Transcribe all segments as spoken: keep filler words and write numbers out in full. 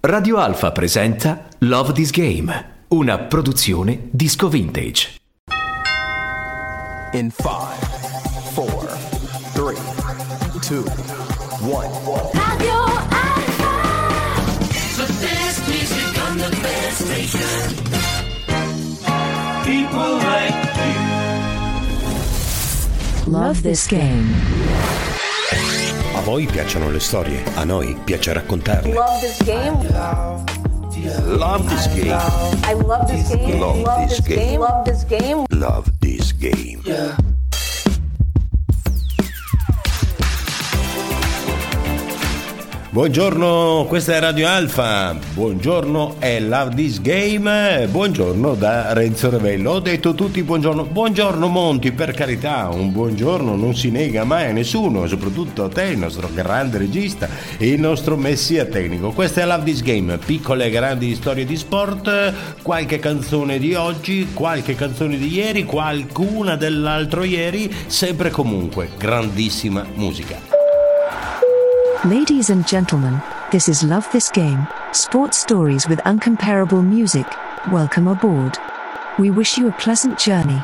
Radio Alfa presenta Love This Game, una produzione Disco Vintage. In five, four, three, two, one. Radio Alfa! The best music on the best station. People like you. Love This Game. A voi piacciono le storie, a noi piace raccontarle. Love this game. Love this game. I love this game. Love Love this this game. game. Love this game. Love this game. Yeah. Buongiorno, questa è Radio Alfa, buongiorno è Love This Game, buongiorno da Renzo Revello. Ho detto tutti buongiorno, buongiorno Monti, per carità, un buongiorno non si nega mai a nessuno, soprattutto a te, il nostro grande regista e il nostro messia tecnico. Questa è Love This Game, piccole e grandi storie di sport, qualche canzone di oggi, qualche canzone di ieri, qualcuna dell'altro ieri, sempre comunque grandissima musica. Ladies and gentlemen, this is Love This Game, sports stories with uncomparable music. Welcome aboard. We wish you a pleasant journey.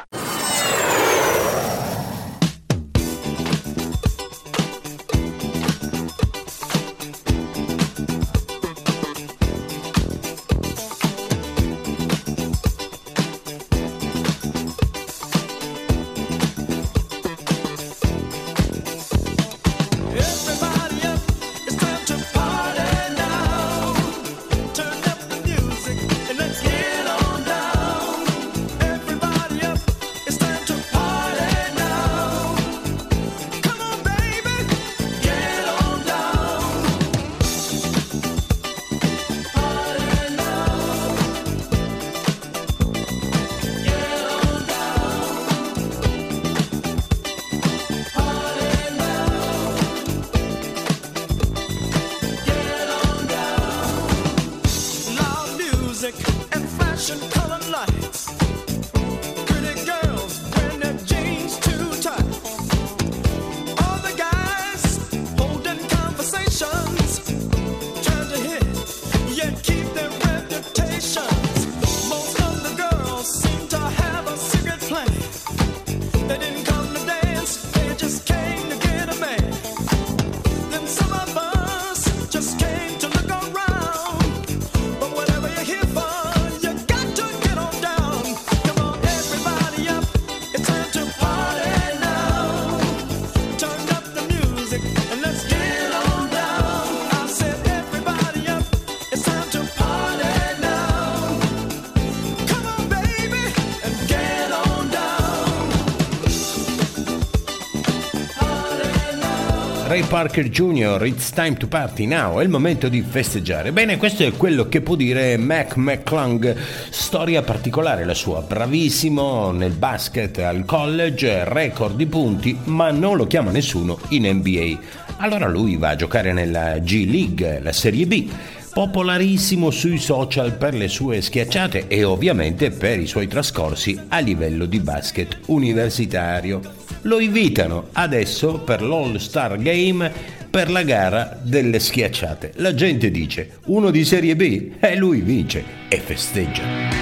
Ray Parker Junior, It's Time to Party Now, è il momento di festeggiare. Bene, questo è quello che può dire Mac McClung, storia particolare la sua, bravissimo nel basket al college, record di punti, ma non lo chiama nessuno in N B A. Allora lui va a giocare nella G League, la Serie B, popolarissimo sui social per le sue schiacciate e ovviamente per i suoi trascorsi a livello di basket universitario. Lo invitano adesso per l'All-Star Game, per la gara delle schiacciate. La gente dice, uno di Serie B, e lui vince e festeggia.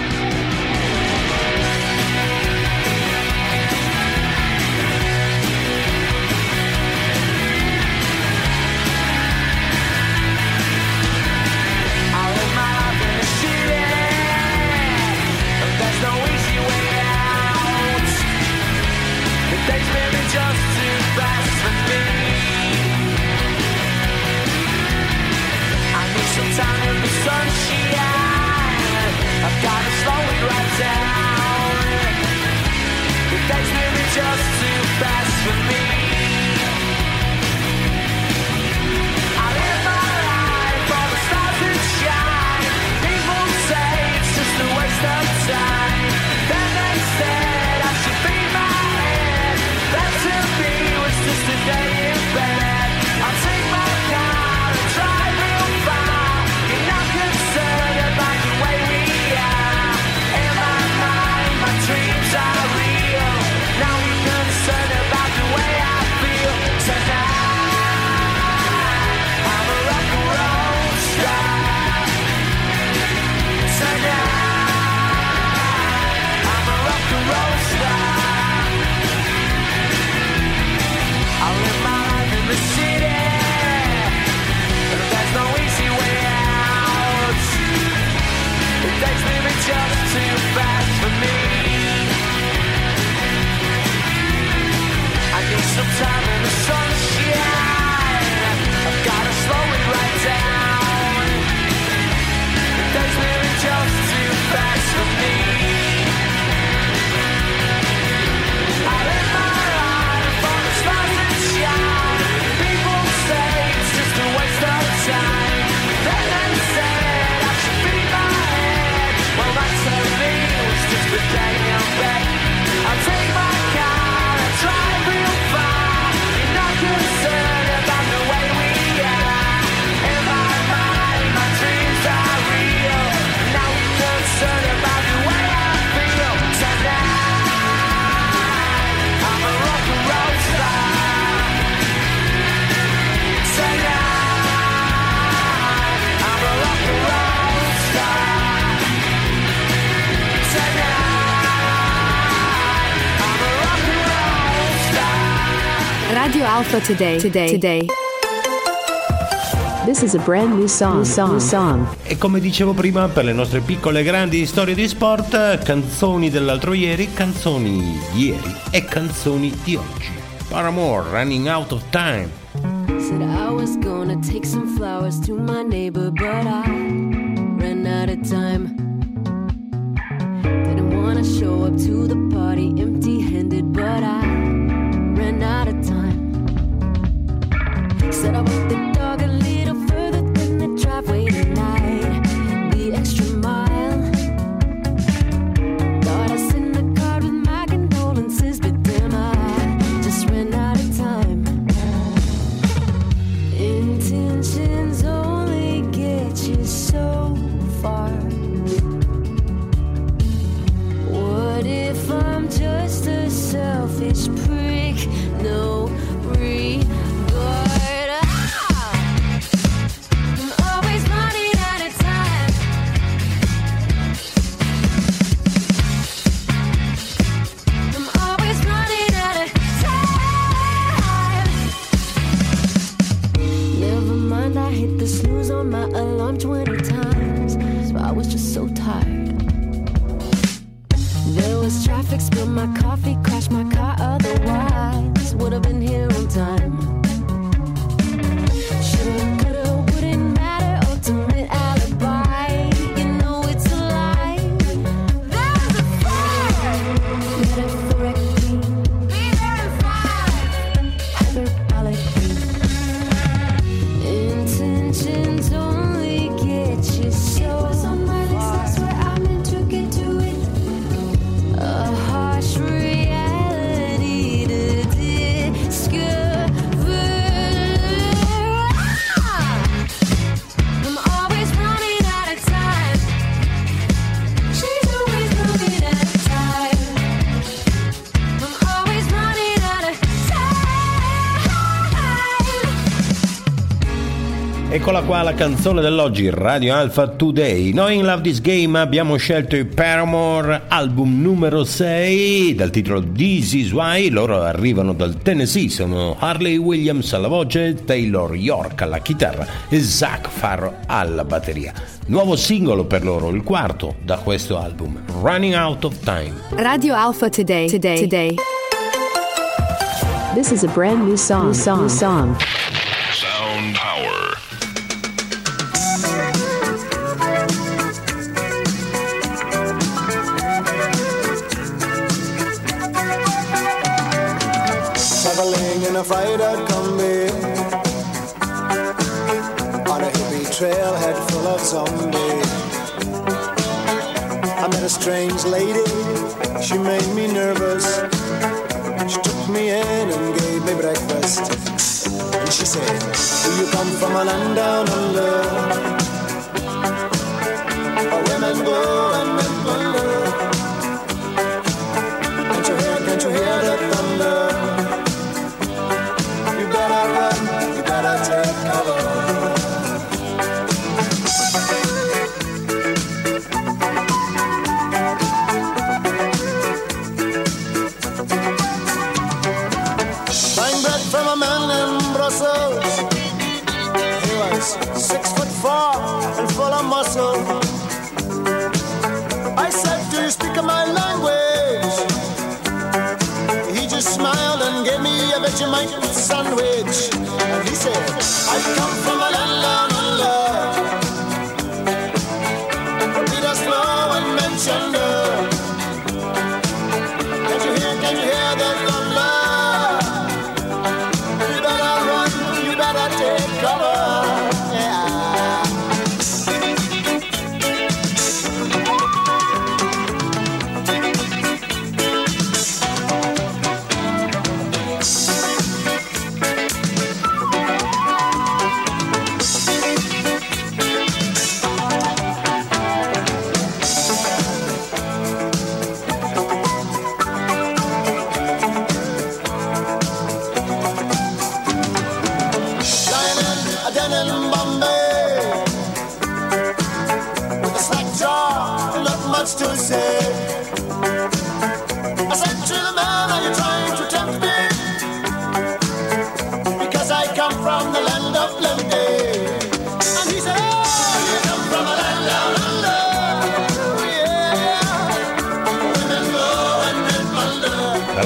Time in the sunshine, I've got a Radio Alpha today, today, today. This is a brand new song, song, song. E come dicevo prima, per le nostre piccole e grandi storie di sport, canzoni dell'altro ieri, canzoni di ieri e canzoni di oggi. Paramore, Running Out of Time. Said I was gonna take some flowers to my neighbor, but I ran out of time. Didn't wanna show up to the party empty-handed, but I ran out of time. Said I walked the dog a little further than the driveway tonight, the extra mile. Thought I sent a card with my condolences, but damn, I just ran out of time. Intentions only get you so far. What if I'm just a selfish prick? No regard. I'm always running out of time. I'm always running out of time. Never mind, I hit the snooze on my alarm twenty times, so I was just so tired. There was traffic, spilled my coffee, crashed my car, otherwise would have been here on time. Shoulda, coulda, wouldn't matter, ultimate alibi. You know it's a lie. There was a fire, metaphorically. Be there in five, hyperbolically. Intentions only get you so far. It was on my list, I swear I meant to get to it. A harsh reality to discover. I'm always running out of time. She's always running out of time. I'm always running out of time. Eccola qua la canzone dell'oggi, Radio Alpha Today. Noi in Love This Game abbiamo scelto i Paramore, album numero sei, dal titolo This Is Why. Loro arrivano dal Tennessee, sono Harley Williams alla voce, Taylor York alla chitarra e Zach Farro alla batteria. Nuovo singolo per loro, il quarto da questo album, Running Out of Time. Radio Alpha today, today, today. This is a brand new song, song, song. Sound Power. Traveling in a freighter combi on a hippie trailhead full of zombies. I met a strange lady, she made me nervous. She took me in and gave me breakfast. And she said, do you come from a land down under, where women go and men wonder? Can't you hear, can't you hear the thunder? You better run, you better take cover. Buying bread from a man in Brussels. He was six foot four and full of muscle. I said, do you speak my language? He just smiled and gave me a Vegemite sandwich. And he said, I come from a land down under, where Peter's flow and Manchester. Can't you hear, can you hear the thunder? You better run, you better take cover. Yeah. To say, I said to the man, are you trying to tempt me?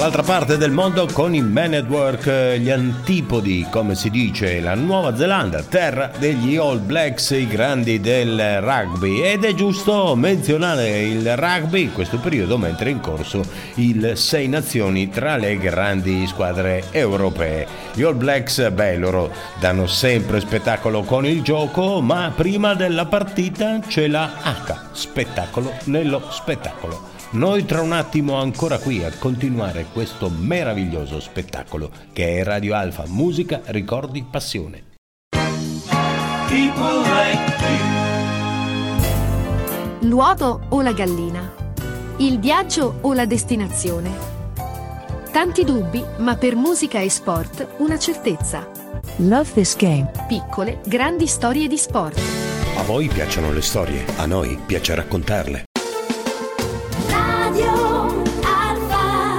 dall'altra parte del mondo con i Men at Work, gli antipodi, come si dice, la Nuova Zelanda, terra degli All Blacks, i grandi del rugby. Ed è giusto menzionare il rugby in questo periodo mentre è in corso il Sei Nazioni tra le grandi squadre europee. Gli All Blacks, beh, loro danno sempre spettacolo con il gioco, ma prima della partita c'è la H, spettacolo nello spettacolo. Noi tra un attimo ancora qui a continuare questo meraviglioso spettacolo che è Radio Alfa, musica, ricordi, passione. L'uovo o la gallina? Il viaggio o la destinazione? Tanti dubbi, ma per musica e sport una certezza. Love This Game. Piccole, grandi storie di sport. A voi piacciono le storie, a noi piace raccontarle. Radio Alfa.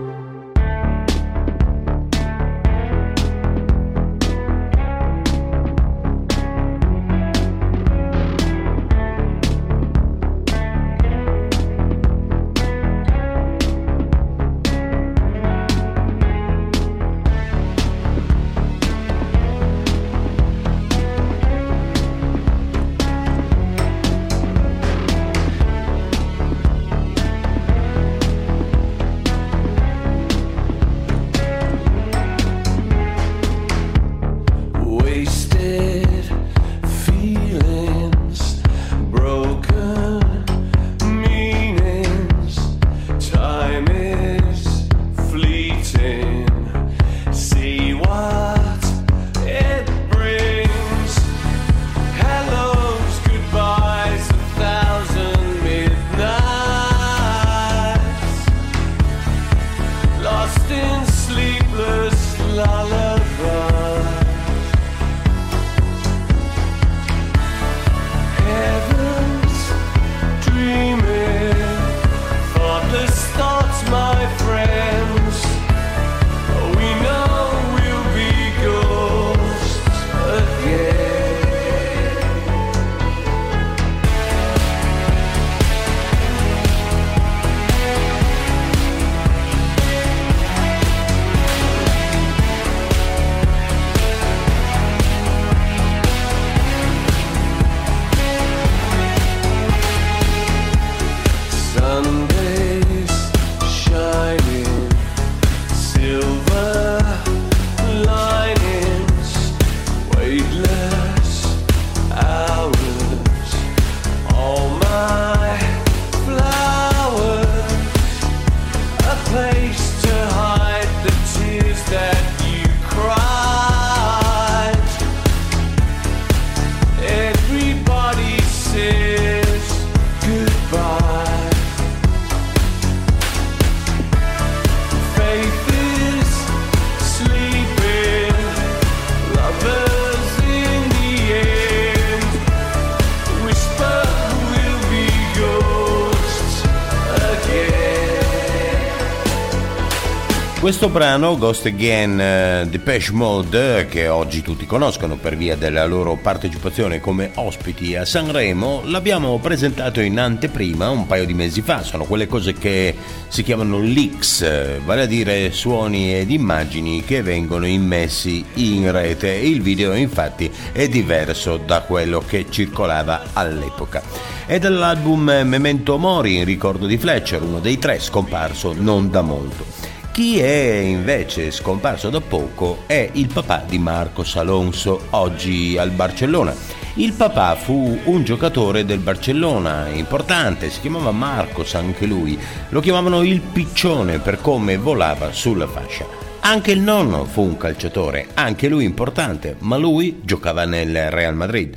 Questo brano, Ghost Again, uh, Depeche Mode, che oggi tutti conoscono per via della loro partecipazione come ospiti a Sanremo, l'abbiamo presentato in anteprima un paio di mesi fa. Sono quelle cose che si chiamano leaks, vale a dire suoni ed immagini che vengono immessi in rete. Il video infatti è diverso da quello che circolava all'epoca. È dall'album Memento Mori, in ricordo di Fletcher, uno dei tre scomparso non da molto. Chi è invece scomparso da poco è il papà di Marcos Alonso, oggi al Barcellona. Il papà fu un giocatore del Barcellona importante, si chiamava Marcos anche lui, lo chiamavano il piccione per come volava sulla fascia. Anche il nonno fu un calciatore, anche lui importante, ma lui giocava nel Real Madrid.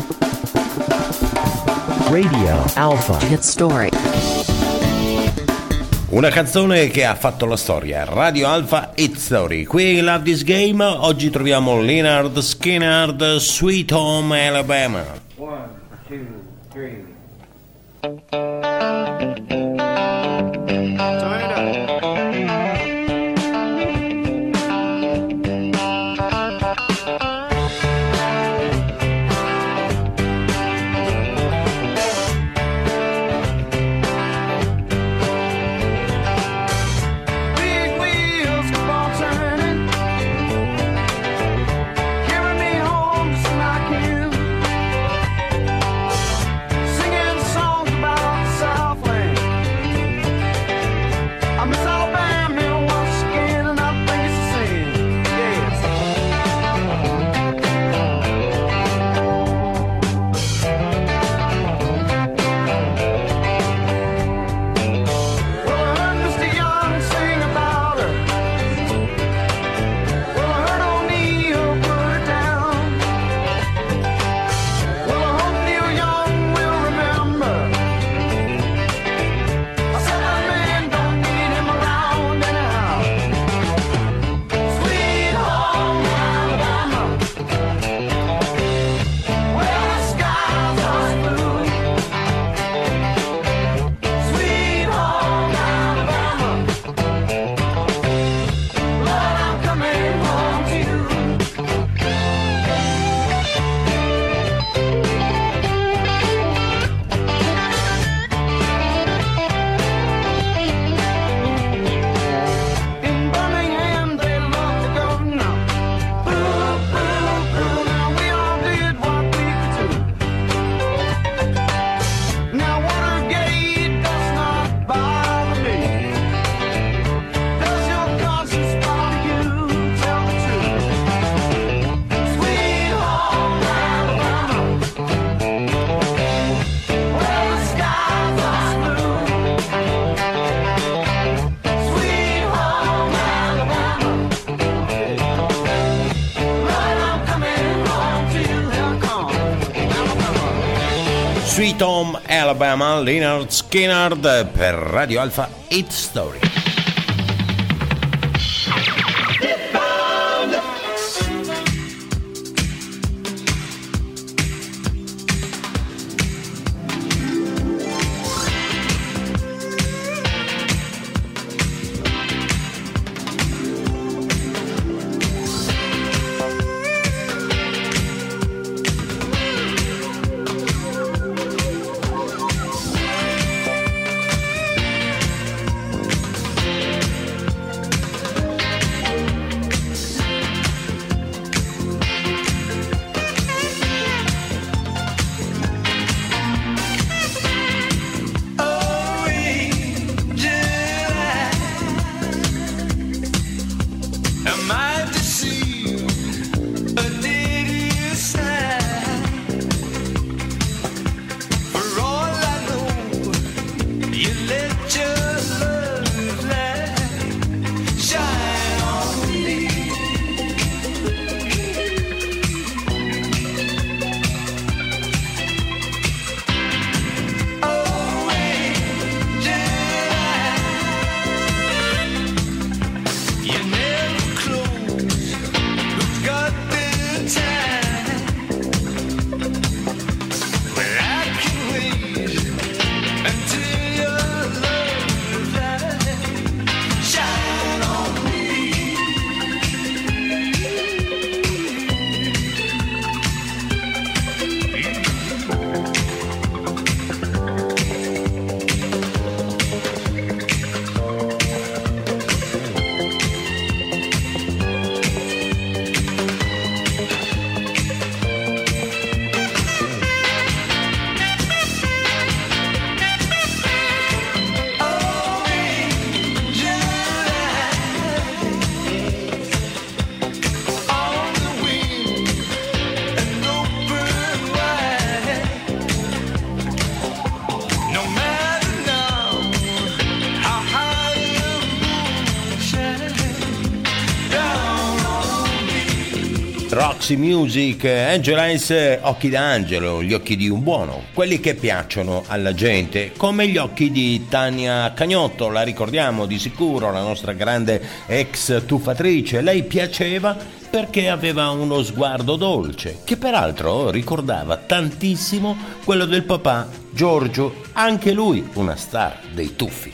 Radio Alpha Hit Story. Una canzone che ha fatto la storia, Radio Alpha Hit Story. Qui in Love This Game oggi troviamo Lynyrd Skynyrd, Sweet Home Alabama. One, two, three. Big Sweet Home Alabama, Lynyrd Skynyrd per Radio Alfa Hit Story. Roxy Music, Angel Eyes, occhi d'angelo, gli occhi di un buono, quelli che piacciono alla gente, come gli occhi di Tania Cagnotto, la ricordiamo di sicuro, la nostra grande ex tuffatrice. Lei piaceva perché aveva uno sguardo dolce, che peraltro ricordava tantissimo quello del papà Giorgio, anche lui una star dei tuffi.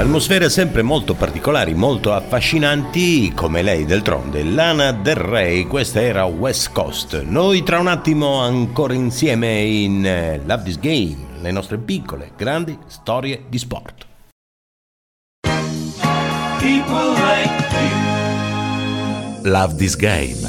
Atmosfere sempre molto particolari, molto affascinanti, come lei d'altronde, Lana Del Rey. Questa era West Coast. Noi tra un attimo ancora insieme in eh, Love This Game, le nostre piccole, grandi storie di sport. People like you. Love This Game.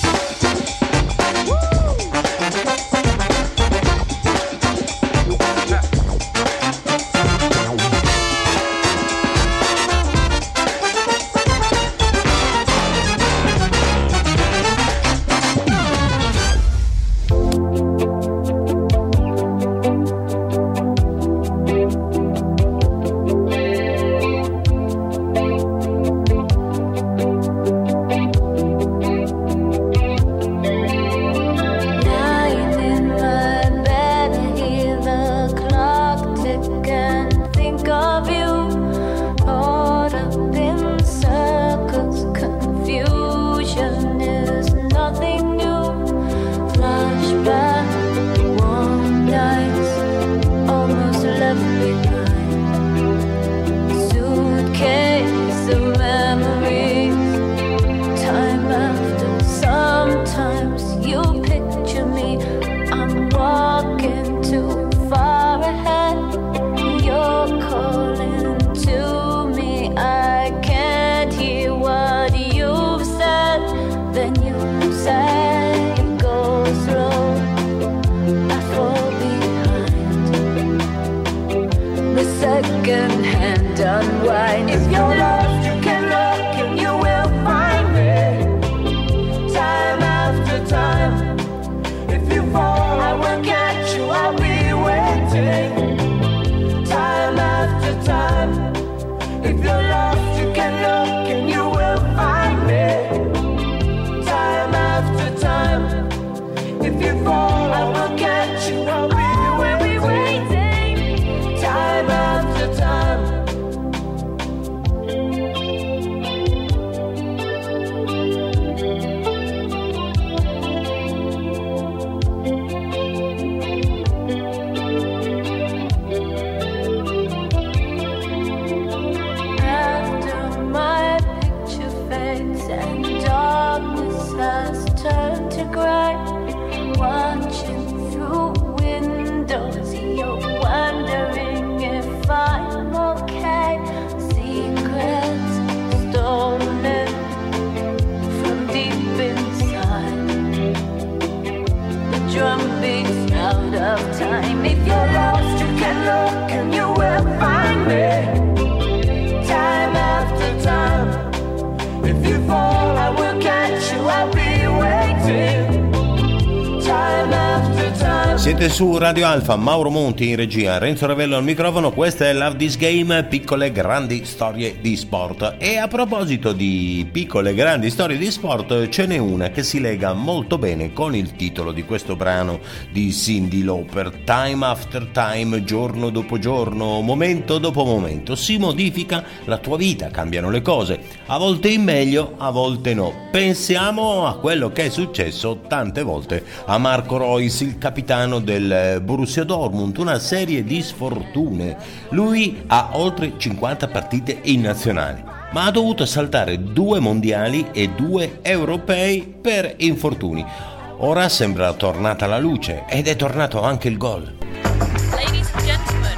Siete su Radio Alfa, Mauro Monti in regia, Renzo Ravello al microfono. Questa è Love This Game, piccole grandi storie di sport. E a proposito di piccole grandi storie di sport, ce n'è una che si lega molto bene con il titolo di questo brano di Cyndi Lauper. Time after time, giorno dopo giorno, momento dopo momento, si modifica la tua vita, cambiano le cose, a volte in meglio, a volte no. Pensiamo a quello che è successo tante volte a Marco Reus, il capitano del Borussia Dortmund, una serie di sfortune. Lui ha oltre cinquanta partite in nazionale, ma ha dovuto saltare due mondiali e due europei per infortuni. Ora sembra tornata la luce ed è tornato anche il gol. Ladies and gentlemen,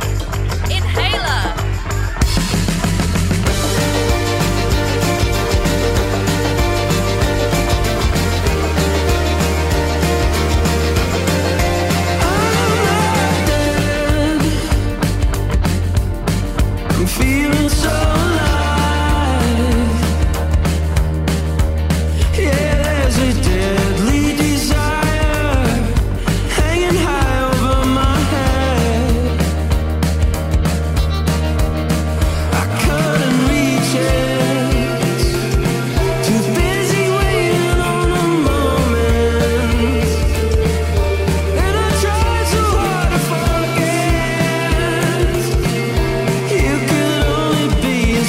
Inhaler. Feeling so alive. Yeah, there's a deadly desire hanging high over my head. I couldn't reach it. Too busy waiting on a moment. And I tried so hard to forget. You could only be a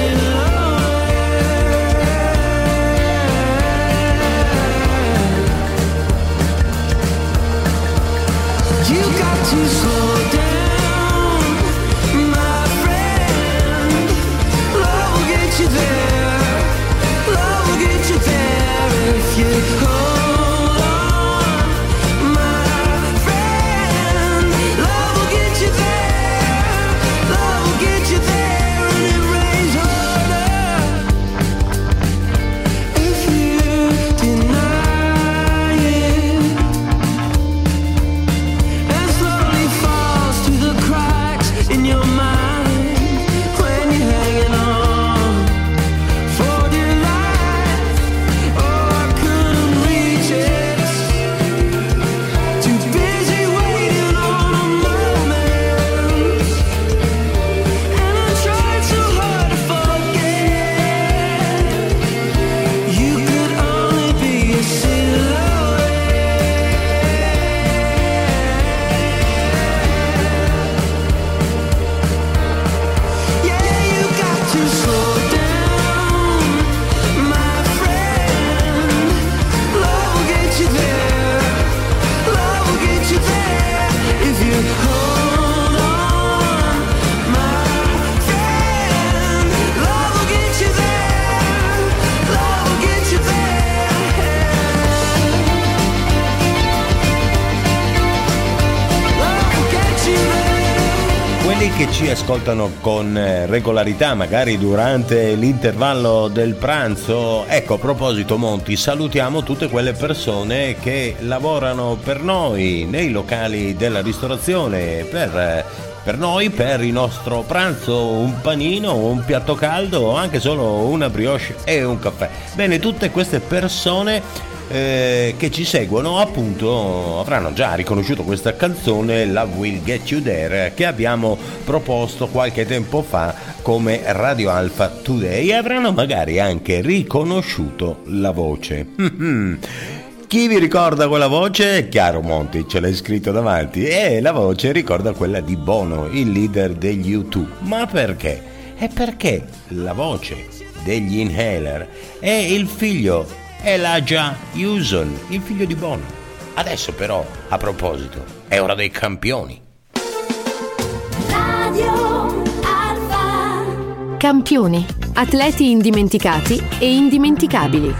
silhouette. You got to slow down, my friend. che ci ascoltano con eh, regolarità, magari durante l'intervallo del pranzo. Ecco, a proposito Monti, salutiamo tutte quelle persone che lavorano per noi nei locali della ristorazione, per, eh, per noi, per il nostro pranzo, un panino, un piatto caldo o anche solo una brioche e un caffè. Bene, tutte queste persone Eh, che ci seguono appunto avranno già riconosciuto questa canzone, Love Will Get You There, che abbiamo proposto qualche tempo fa come Radio Alpha Today, e avranno magari anche riconosciuto la voce. Chi vi ricorda quella voce? Chiaro Monti, ce l'hai scritto davanti, e la voce ricorda quella di Bono, il leader degli U due. Ma perché? È perché la voce degli Inhaler è il figlio Elijah Hewson, il figlio di Bono. Adesso però, a proposito, è ora dei campioni. Radio Alpha. Campioni, atleti indimenticati e indimenticabili.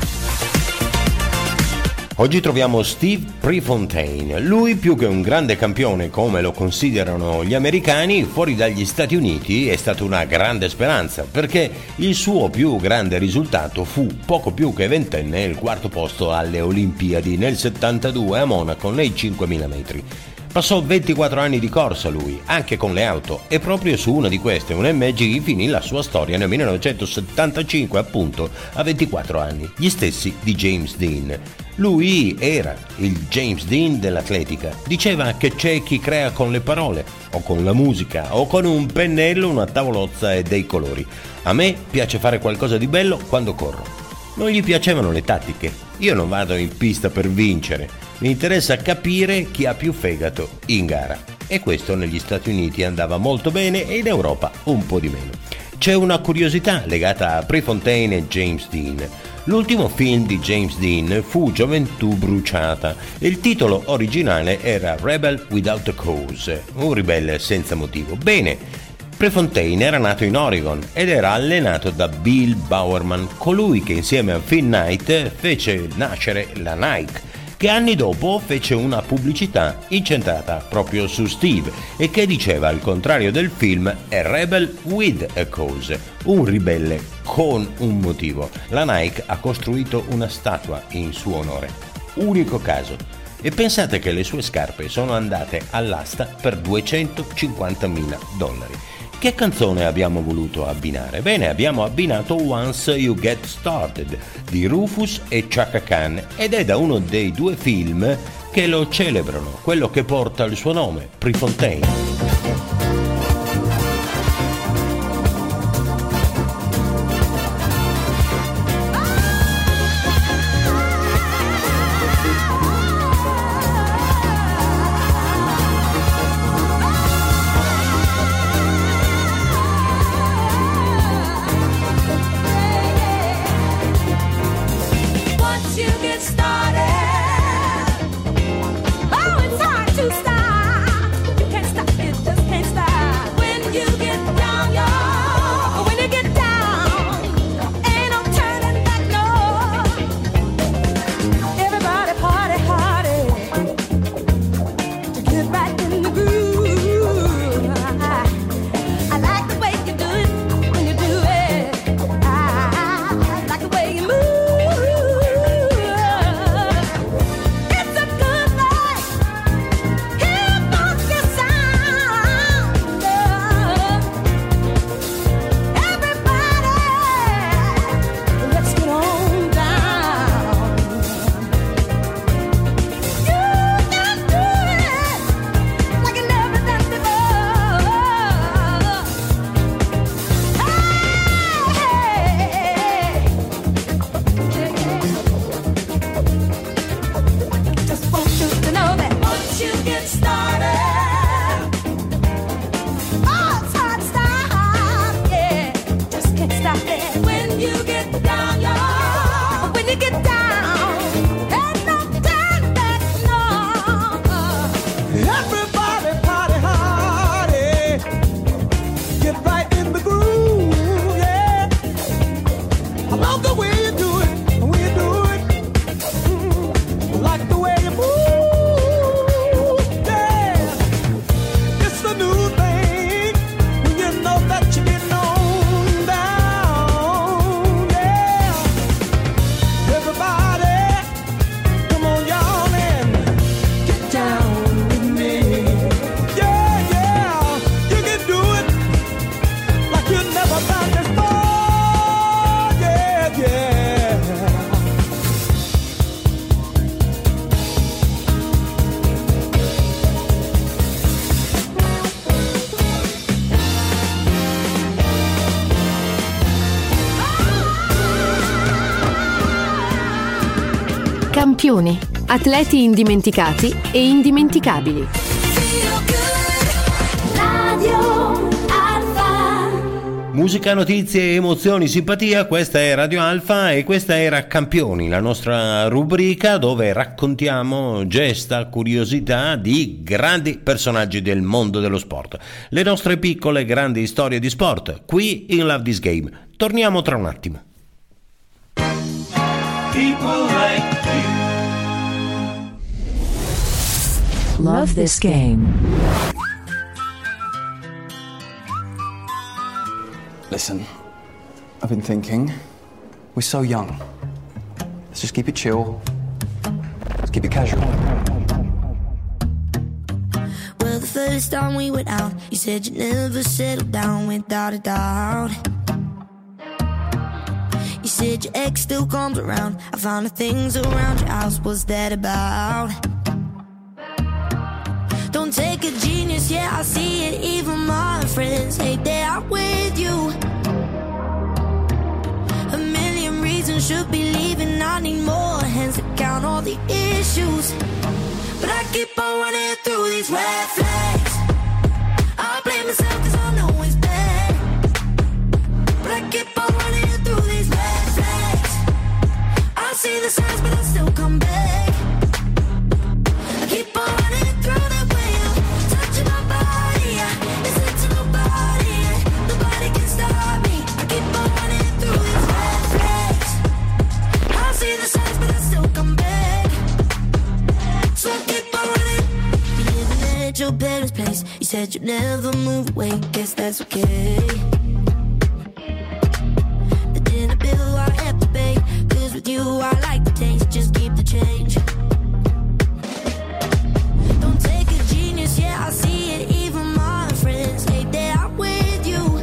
Oggi troviamo Steve Prefontaine. Lui, più che un grande campione come lo considerano gli americani, fuori dagli Stati Uniti è stato una grande speranza, perché il suo più grande risultato fu poco più che ventenne il quarto posto alle Olimpiadi nel settantadue a Monaco nei cinquemila metri. Passò ventiquattro anni di corsa lui, anche con le auto, e proprio su una di queste, un M G, finì la sua storia nel millenovecentosettantacinque, appunto a ventiquattro anni, gli stessi di James Dean. Lui era il James Dean dell'atletica. Diceva che c'è chi crea con le parole, o con la musica, o con un pennello, una tavolozza e dei colori. A me piace fare qualcosa di bello quando corro. Non gli piacevano le tattiche. Io non vado in pista per vincere. Mi interessa capire chi ha più fegato in gara. E questo negli Stati Uniti andava molto bene e in Europa un po' di meno. C'è una curiosità legata a Prefontaine e James Dean. L'ultimo film di James Dean fu Gioventù bruciata e il titolo originale era Rebel Without a Cause, un ribelle senza motivo. Bene, Prefontaine era nato in Oregon ed era allenato da Bill Bowerman, colui che insieme a Phil Knight fece nascere la Nike, che anni dopo fece una pubblicità incentrata proprio su Steve e che diceva, al contrario del film, a rebel with a cause, un ribelle con un motivo. La Nike ha costruito una statua in suo onore, unico caso, e pensate che le sue scarpe sono andate all'asta per duecentocinquantamila dollari. Che canzone abbiamo voluto abbinare? Bene, abbiamo abbinato Once You Get Started di Rufus e Chaka Khan, ed è da uno dei due film che lo celebrano, quello che porta il suo nome, Prefontaine. Once you get started, oh, it's hard to stop. You can't stop it, just can't stop. When you get down, yo, when you get down, ain't no turning back, no. Everybody party hardy to get right in the groove. I, I like the way you do it when you do it. I, I like the way you move. Just want you to know that once you get started, oh, it's hard to stop, yeah, just can't stop it. When you get down, yo, when you get down, ain't no turning back, no. Everybody party hardy, get right in the groove, yeah. I love the way you do it, when you do it. Mm, I like the way you move, yeah. Campioni, atleti indimenticati e indimenticabili. Radio Alfa. Musica, notizie, emozioni, simpatia, questa è Radio Alfa e questa era Campioni, la nostra rubrica dove raccontiamo gesta, curiosità di grandi personaggi del mondo dello sport. Le nostre piccole grandi storie di sport, qui in Love This Game. Torniamo tra un attimo. People like you. Love This Game. Listen, I've been thinking. We're so young. Let's just keep it chill. Let's keep it casual. Well, the first time we went out, you said you'd never settle down without a doubt. You said your ex still comes around. I found the things around your house. What's that about? Don't take a genius, yeah, I see it. Even my friends hate that I'm with you. A million reasons should be leaving. I need more hands to count all the issues. But I keep on running through these red flags. I blame myself cause I know it's bad. But I keep on running through these red flags. I see the signs but I still come back. I keep on running through the wheel, touching my body, yeah. Listen to nobody, yeah. Nobody can stop me. I keep on running through these red flags. I see the signs but I still come back. So I keep on running. You're living at your parents' place. You said you'd never move away, guess that's okay. The dinner bill I have to pay, cause with you I like the taste, just keep the change. Don't take a genius, yeah, I see it. Even my friends hate that I'm with you.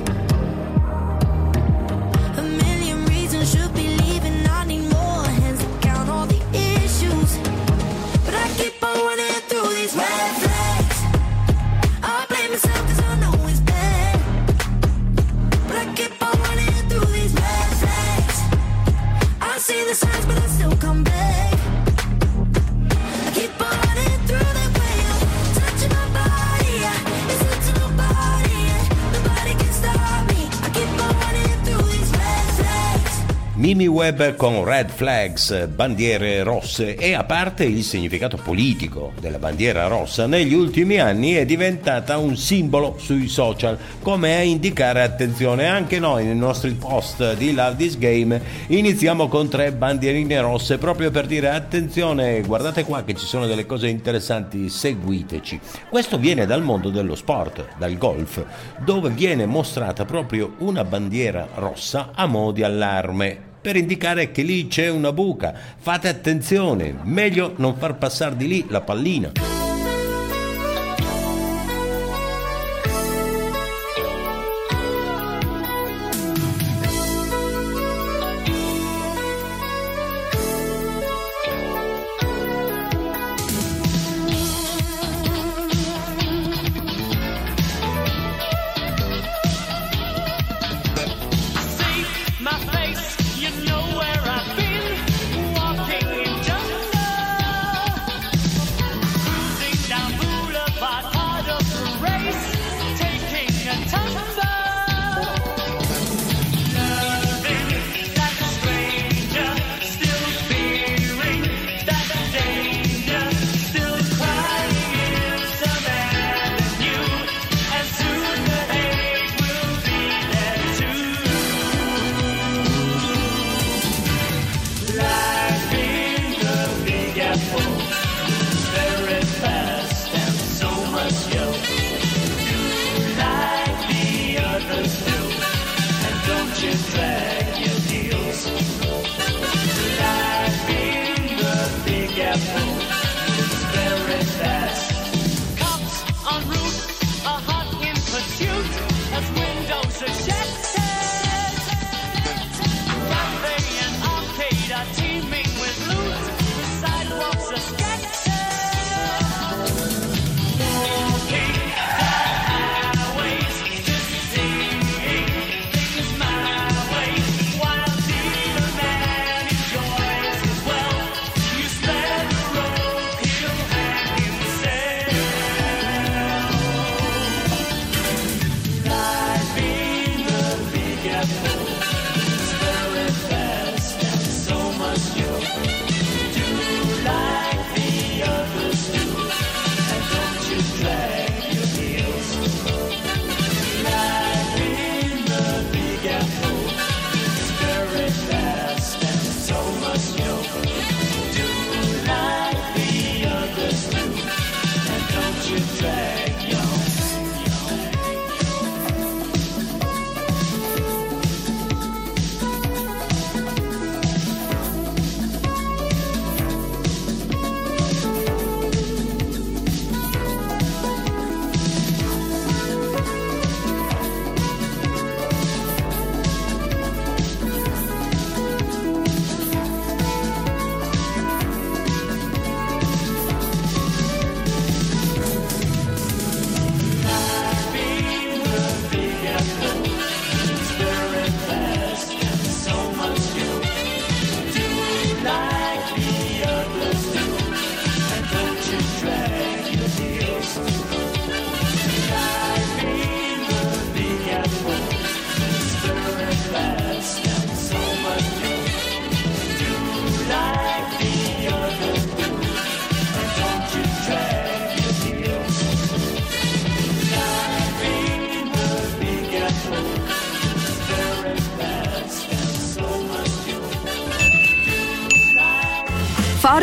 A million reasons should be leaving. I need more hands to count all the issues. But I keep on running through these red flags. I blame myself cause I know it's bad. But I keep on running through these red flags. I see the signs but I still come back. I keep on running through the wheel, touching my body, yeah. Listen to nobody, yeah. Nobody can stop me. I keep on running through these red flags. Mimi Webb con Red Flags, bandiere rosse, e a parte il significato politico della bandiera rossa, negli ultimi anni è diventata un simbolo sui social, come a indicare attenzione. Anche noi nei nostri post di Love This Game iniziamo con tre bandierine rosse proprio per dire attenzione, guardate qua che ci sono delle cose interessanti, seguiteci. Questo viene dal mondo dello sport, dal golf, dove viene mostrata proprio una bandiera rossa a mo' di allarme, per indicare che lì c'è una buca. Fate attenzione, meglio non far passare di lì la pallina. My face, you know where I've been, walking in jungle.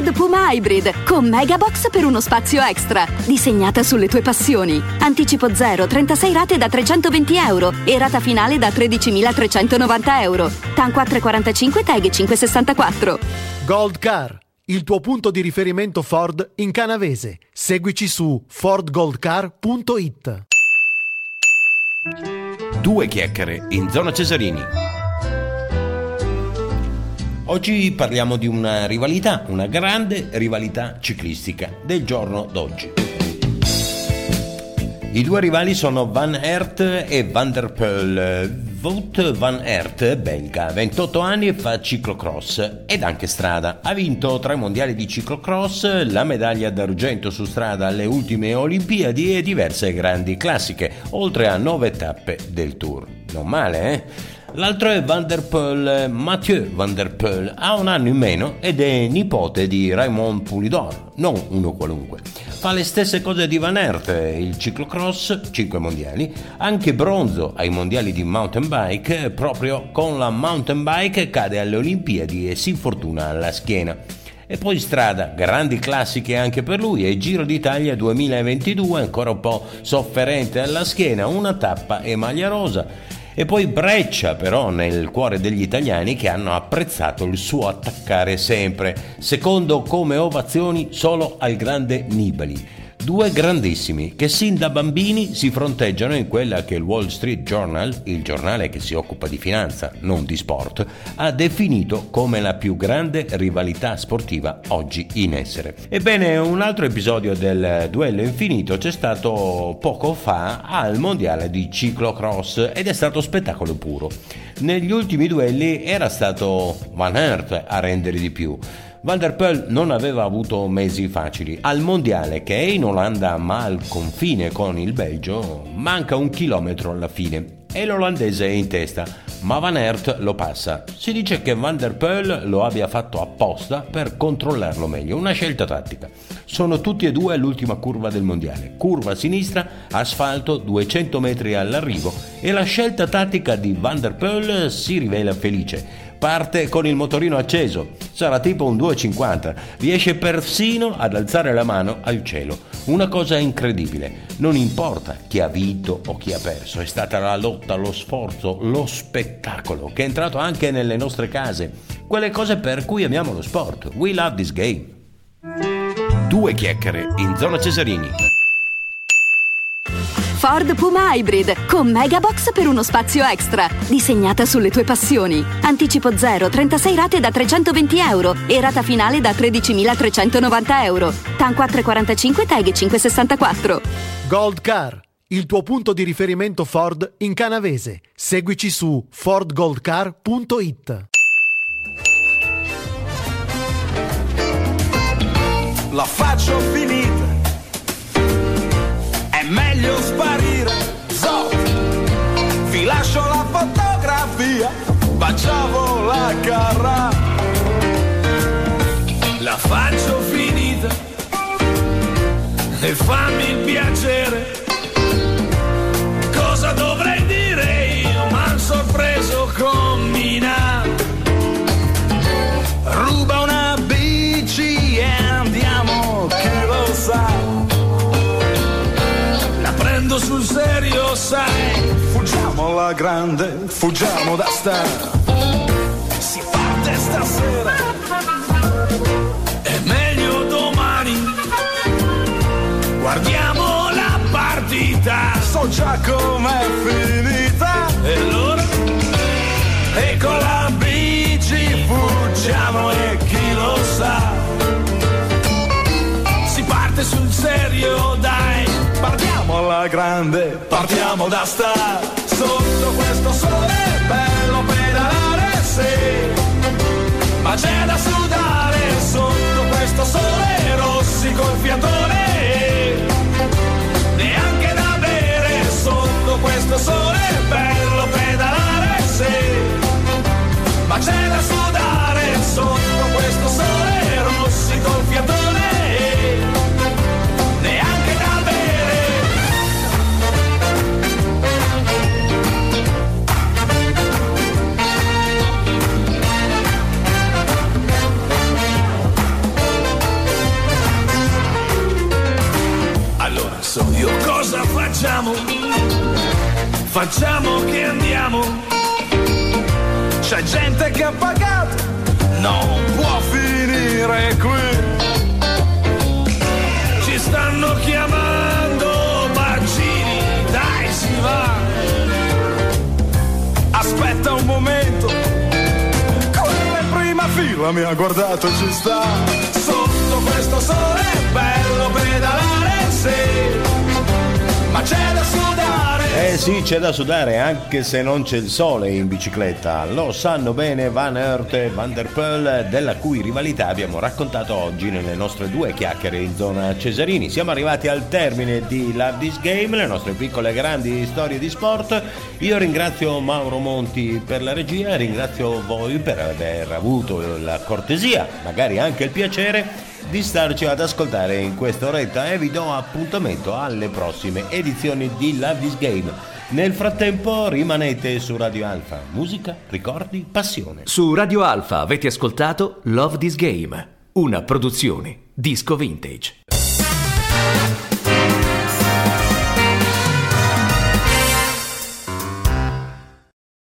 Ford Puma Hybrid con Megabox per uno spazio extra, disegnata sulle tue passioni. Anticipo zero, trentasei rate da trecentoventi euro e rata finale da tredicimilatrecentonovanta euro. T A N quattro virgola quarantacinque, T E G cinque virgola sessantaquattro. Gold Car, il tuo punto di riferimento Ford in Canavese. Seguici su ford gold car punto it. Due chiacchiere in zona Cesarini. Oggi parliamo di una rivalità, una grande rivalità ciclistica del giorno d'oggi. I due rivali sono Van Aert e Van der Poel. Wout van Aert, belga, ventotto anni e fa ciclocross ed anche strada. Ha vinto tre mondiali di ciclocross, la medaglia d'argento su strada alle ultime Olimpiadi e diverse grandi classiche, oltre a nove tappe del Tour. Non male, eh? L'altro è Van der Poel, Mathieu Van der Poel, ha un anno in meno ed è nipote di Raymond Poulidor, non uno qualunque. Fa le stesse cose di Van Aert, il ciclocross, cinque mondiali, anche bronzo ai mondiali di mountain bike, proprio con la mountain bike cade alle Olimpiadi e si infortuna alla schiena. E poi strada, grandi classiche anche per lui, e Giro d'Italia duemilaventidue, ancora un po' sofferente alla schiena, una tappa e maglia rosa. E poi Breccia però nel cuore degli italiani che hanno apprezzato il suo attaccare sempre, secondo come ovazioni solo al grande Nibali. Due grandissimi che sin da bambini si fronteggiano in quella che il Wall Street Journal, il giornale che si occupa di finanza, non di sport, ha definito come la più grande rivalità sportiva oggi in essere. Ebbene, un altro episodio del duello infinito c'è stato poco fa al mondiale di ciclocross ed è stato spettacolo puro. Negli ultimi duelli era stato Van Aert a rendere di più. Van der Poel non aveva avuto mesi facili. Al mondiale, che è in Olanda ma al confine con il Belgio, manca un chilometro alla fine e l'olandese è in testa, ma Van Aert lo passa. Si dice che Van der Poel lo abbia fatto apposta per controllarlo meglio, una scelta tattica. Sono tutti e due all'ultima curva del mondiale, curva sinistra, asfalto, duecento metri all'arrivo, e la scelta tattica di Van der Poel si rivela felice. Parte con il motorino acceso, sarà tipo un due cinquanta, riesce persino ad alzare la mano al cielo. Una cosa incredibile, non importa chi ha vinto o chi ha perso, è stata la lotta, lo sforzo, lo spettacolo che è entrato anche nelle nostre case, quelle cose per cui amiamo lo sport. We love this game. Due chiacchiere in zona Cesarini. Ford Puma Hybrid con Megabox per uno spazio extra, disegnata sulle tue passioni. Anticipo zero, trentasei rate da trecentoventi euro e rata finale da tredicimilatrecentonovanta euro. T A N quattro virgola quarantacinque, T E G cinque virgola sessantaquattro. Gold Car, il tuo punto di riferimento Ford in Canavese. Seguici su ford gold car punto it. La faccio finita, è meglio sparire. So, vi lascio la fotografia, baciavo la carra. La faccio finita e fammi il piacere. Cosa dovrei dire io? M'han sorpreso con Mina. Ruba una bici e andiamo, chi lo sa. La prendo sul serio, sai. Fuggiamo alla grande, fuggiamo da star. Si parte stasera, è meglio domani. Guardiamo la partita, so già com'è finita. E allora, e con la bici fuggiamo e chi lo sa. Si parte sul serio, dai. Partiamo alla grande, partiamo da star. Sotto questo sole bello pedalare, sì. Ma c'è da sudare sotto questo sole, rossi col fiatone. Neanche da bere sotto questo sole bello pedalare, sì. Ma c'è da sudare sotto questo sole, rossi col fiatone. Neanche da bere. cosa facciamo? Facciamo che andiamo. C'è gente che ha pagato, non può finire qui. Ci stanno chiamando bacini, dai si va. Aspetta un momento, quella in prima fila mi ha guardato e ci sta. Sotto questo sole è bello pedalare, sì, ma c'è da sudare. Eh sì, c'è da sudare anche se non c'è il sole in bicicletta. Lo sanno bene Van Aert e Van der Poel, della cui rivalità abbiamo raccontato oggi nelle nostre due chiacchiere in zona Cesarini. Siamo arrivati al termine di Love This Game, le nostre piccole e grandi storie di sport. Io ringrazio Mauro Monti per la regia, ringrazio voi per aver avuto la cortesia, magari anche il piacere, di starci ad ascoltare in questa oretta, e vi do appuntamento alle prossime edizioni di Love This Game. Nel frattempo rimanete su Radio Alfa, musica, ricordi, passione. Su Radio Alfa avete ascoltato Love This Game, una produzione Disco Vintage.